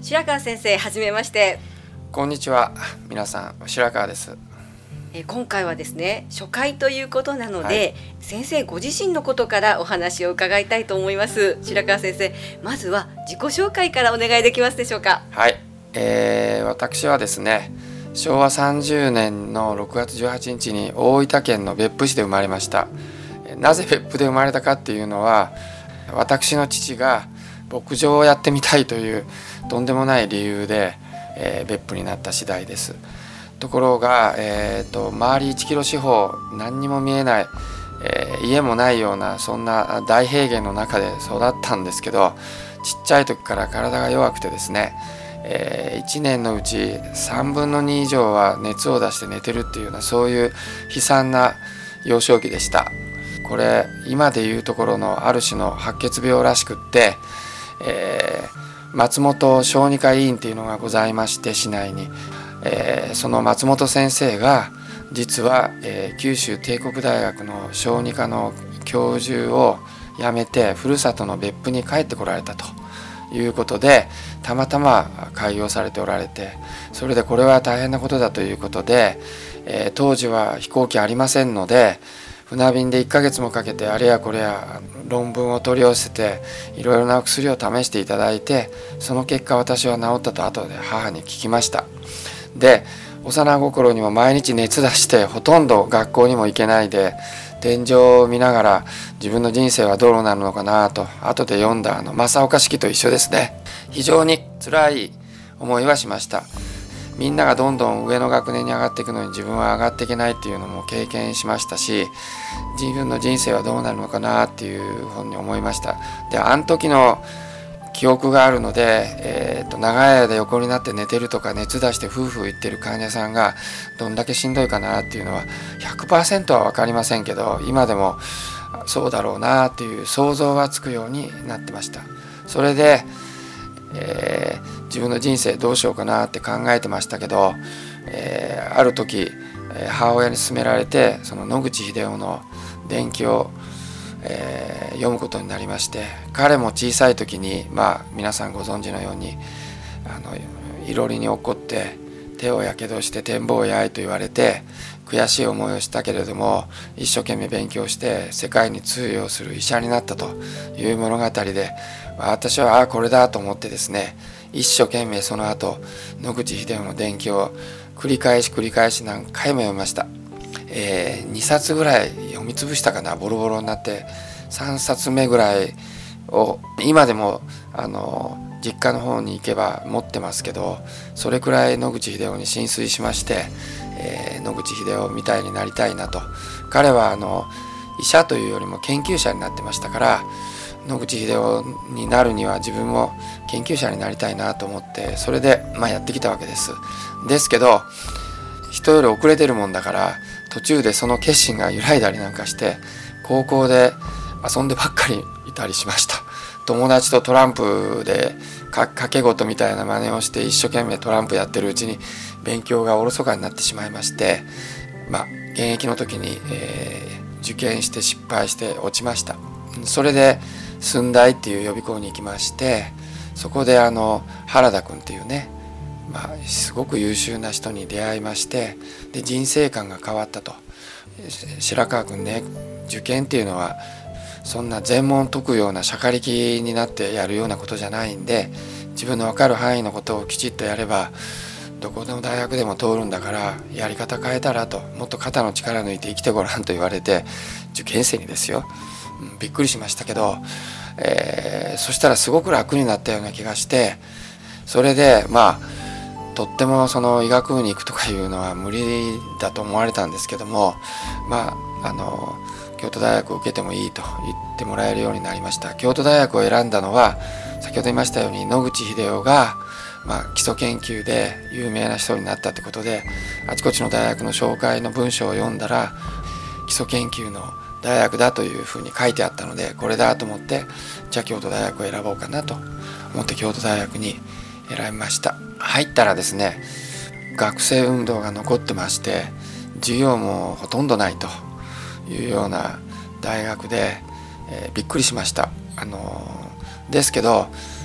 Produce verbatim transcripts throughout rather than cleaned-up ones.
白川先生、はじめまして。 こんにちは。皆さん、白川です。 え今回はですね、初回ということなので、はい、先生ご自身のことからお話を伺いたいと思います。白川先生、まずは自己紹介からお願いできますでしょうか。 はい、えー、私はですね、しょうわさんじゅうねんのろくがつじゅうはちにちに大分県の別府市で生まれました。なぜ別府で生まれたかっていうのは、私の父が牧場をやってみたいというとんでもない理由で、えー、別府になった次第です。ところが、えー、と周りいちキロ四方何にも見えない、えー、家もないようなそんな大平原の中で育ったんですけど、ちっちゃい時から体が弱くてですね、えー、いちねんのうちさんぶんのに以上は熱を出して寝てるっていうような、そういう悲惨な幼少期でした。これ今でいうところのある種の白血病らしくって、えー、松本小児科医院っていうのがございまして、市内に、えー、その松本先生が実は、えー、九州帝国大学の小児科の教授を辞めてふるさとの別府に帰ってこられたということで、たまたま開業されておられて、それでこれは大変なことだということで、えー、当時は飛行機ありませんので、船便でいっかげつもかけてあれやこれや論文を取り寄せていろいろな薬を試していただいて、その結果私は治ったと後で母に聞きました。で、幼心にも毎日熱出してほとんど学校にも行けないで、天井を見ながら自分の人生はどうなるのかなと後で読んだあの正岡子規と一緒ですね。非常に辛い思いはしました。みんながどんどん上の学年に上がっていくのに自分は上がっていけないっていうのも経験しましたし、自分の人生はどうなるのかなっていうふうに思いました。で、あの時の記憶があるので、えー、と長い間横になって寝てるとか熱出してフーフー言ってる患者さんがどんだけしんどいかなっていうのは ひゃくパーセント は分かりませんけど、今でもそうだろうなっていう想像がつくようになってました。それで、えー、自分の人生どうしようかなって考えてましたけど、えー、ある時母親に勧められて、その野口英世の伝記をえー、読むことになりまして、彼も小さい時に、まあ、皆さんご存知のようにあのいろりに落っこって手をやけどして天望やいと言われて悔しい思いをしたけれども、一生懸命勉強して世界に通用する医者になったという物語で、私はああこれだと思ってですね、一生懸命その後野口英世の伝記を繰り返し繰り返し何回も読みました。えー、にさつぐらい読み潰したかな、ボロボロになって。さんさつめぐらいを今でもあの実家の方に行けば持ってますけど、それくらい野口英世に心酔しまして、えー、野口英世みたいになりたいなと。彼はあの医者というよりも研究者になってましたから、野口英世になるには自分も研究者になりたいなと思って、それで、まあ、やってきたわけです。ですけど人より遅れてるもんだから、途中でその決心が揺らいだりなんかして、高校で遊んでばっかりいたりしました。友達とトランプでか賭け事みたいな真似をして一生懸命トランプやってるうちに勉強がおろそかになってしまいまして、まあ現役の時に、えー、受験して失敗して落ちました。それで駿台っていう予備校に行きまして、そこであの原田君っていうね、まあ、すごく優秀な人に出会いまして、で人生観が変わったと。白川君ね、受験っていうのはそんな全問解くようなしゃかりきになってやるようなことじゃないんで、自分の分かる範囲のことをきちっとやればどこの大学でも通るんだから、やり方変えたらと、もっと肩の力抜いて生きてごらんと言われて、受験生にですよ、うん、びっくりしましたけど、えー、そしたらすごく楽になったような気がして、それでまあとってもその医学部に行くとかいうのは無理だと思われたんですけども、まああの京都大学を受けてもいいと言ってもらえるようになりました。京都大学を選んだのは先ほど言いましたように、野口英世が、まあ、基礎研究で有名な人になったってことで、あちこちの大学の紹介の文章を読んだら基礎研究の大学だというふうに書いてあったので、これだと思って、じゃあ京都大学を選ぼうかなと思って京都大学に選びました。入ったらですね、学生運動が残ってまして、授業もほとんどないというような大学で、えー、びっくりしました。あのー、ですけど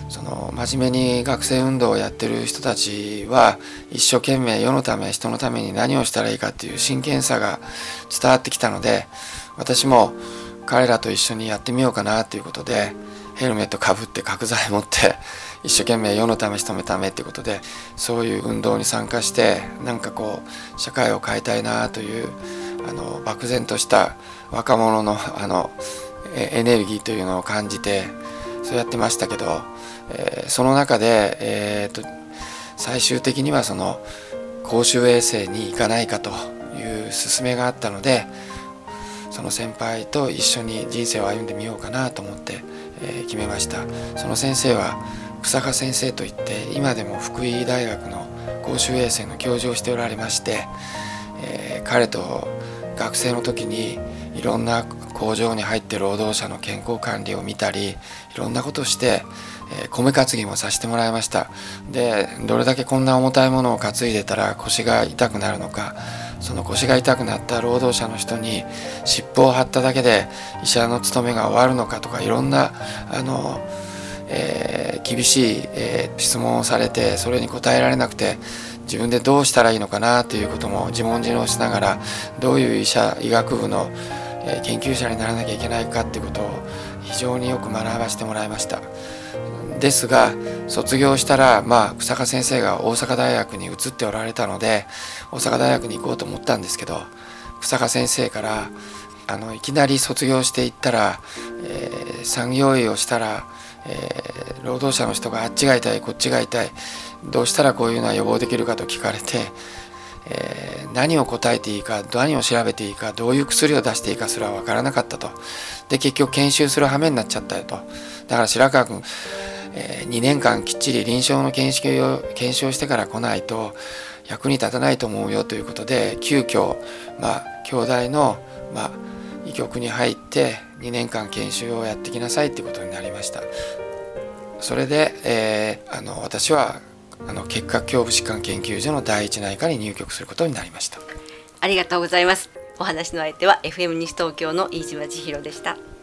その真面目に学生運動をやってる人たちは一生懸命世のため人のために何をしたらいいかっていう真剣さが伝わってきたので、私も彼らと一緒にやってみようかなということで、ヘルメットかぶって角材持って一生懸命世のため人のためっていうことで、そういう運動に参加して、なんかこう社会を変えたいなというあの漠然とした若者のあのエネルギーというのを感じて、そうやってましたけど、えー、その中で、えー、と最終的にはその公衆衛生に行かないかという勧めがあったので、その先輩と一緒に人生を歩んでみようかなと思って、えー、決めました。その先生は草加先生といって、今でも福井大学の公衆衛生の教授をしておられまして、えー、彼と学生の時にいろんな工場に入って労働者の健康管理を見たり、いろんなことをして、えー、米担ぎもさせてもらいました。で、どれだけこんな重たいものを担いでたら腰が痛くなるのか、その腰が痛くなった労働者の人に湿布を貼っただけで医者の務めが終わるのかとか、いろんなあの、えー、厳しい、えー、質問をされて、それに答えられなくて、自分でどうしたらいいのかなということも自問自答しながら、どういう医者医学部の研究者にならなきゃいけないかっていうことを非常によく学ばせてもらいました。ですが卒業したら、まあ、草加先生が大阪大学に移っておられたので、大阪大学に行こうと思ったんですけど、草加先生からあのいきなり卒業していったら、えー、産業医をしたら、えー、労働者の人があっちが痛いこっちが痛い、どうしたらこういうのは予防できるかと聞かれて、えー、何を答えていいか、何を調べていいか、どういう薬を出していいかすら分からなかったと。で、結局研修する羽目になっちゃったよと。だから白川君、えー、にねんかんきっちり臨床の研修を検証してから来ないと役に立たないと思うよということで、急遽、まあ、京大の、まあ、医局に入ってにねんかん研修をやってきなさいということになりました。それで、えー、あの私はあの結核胸部疾患研究所の第一内科に入局することになりました。 ありがとうございます。お話の相手は エフエム 西東京の飯島千尋でした。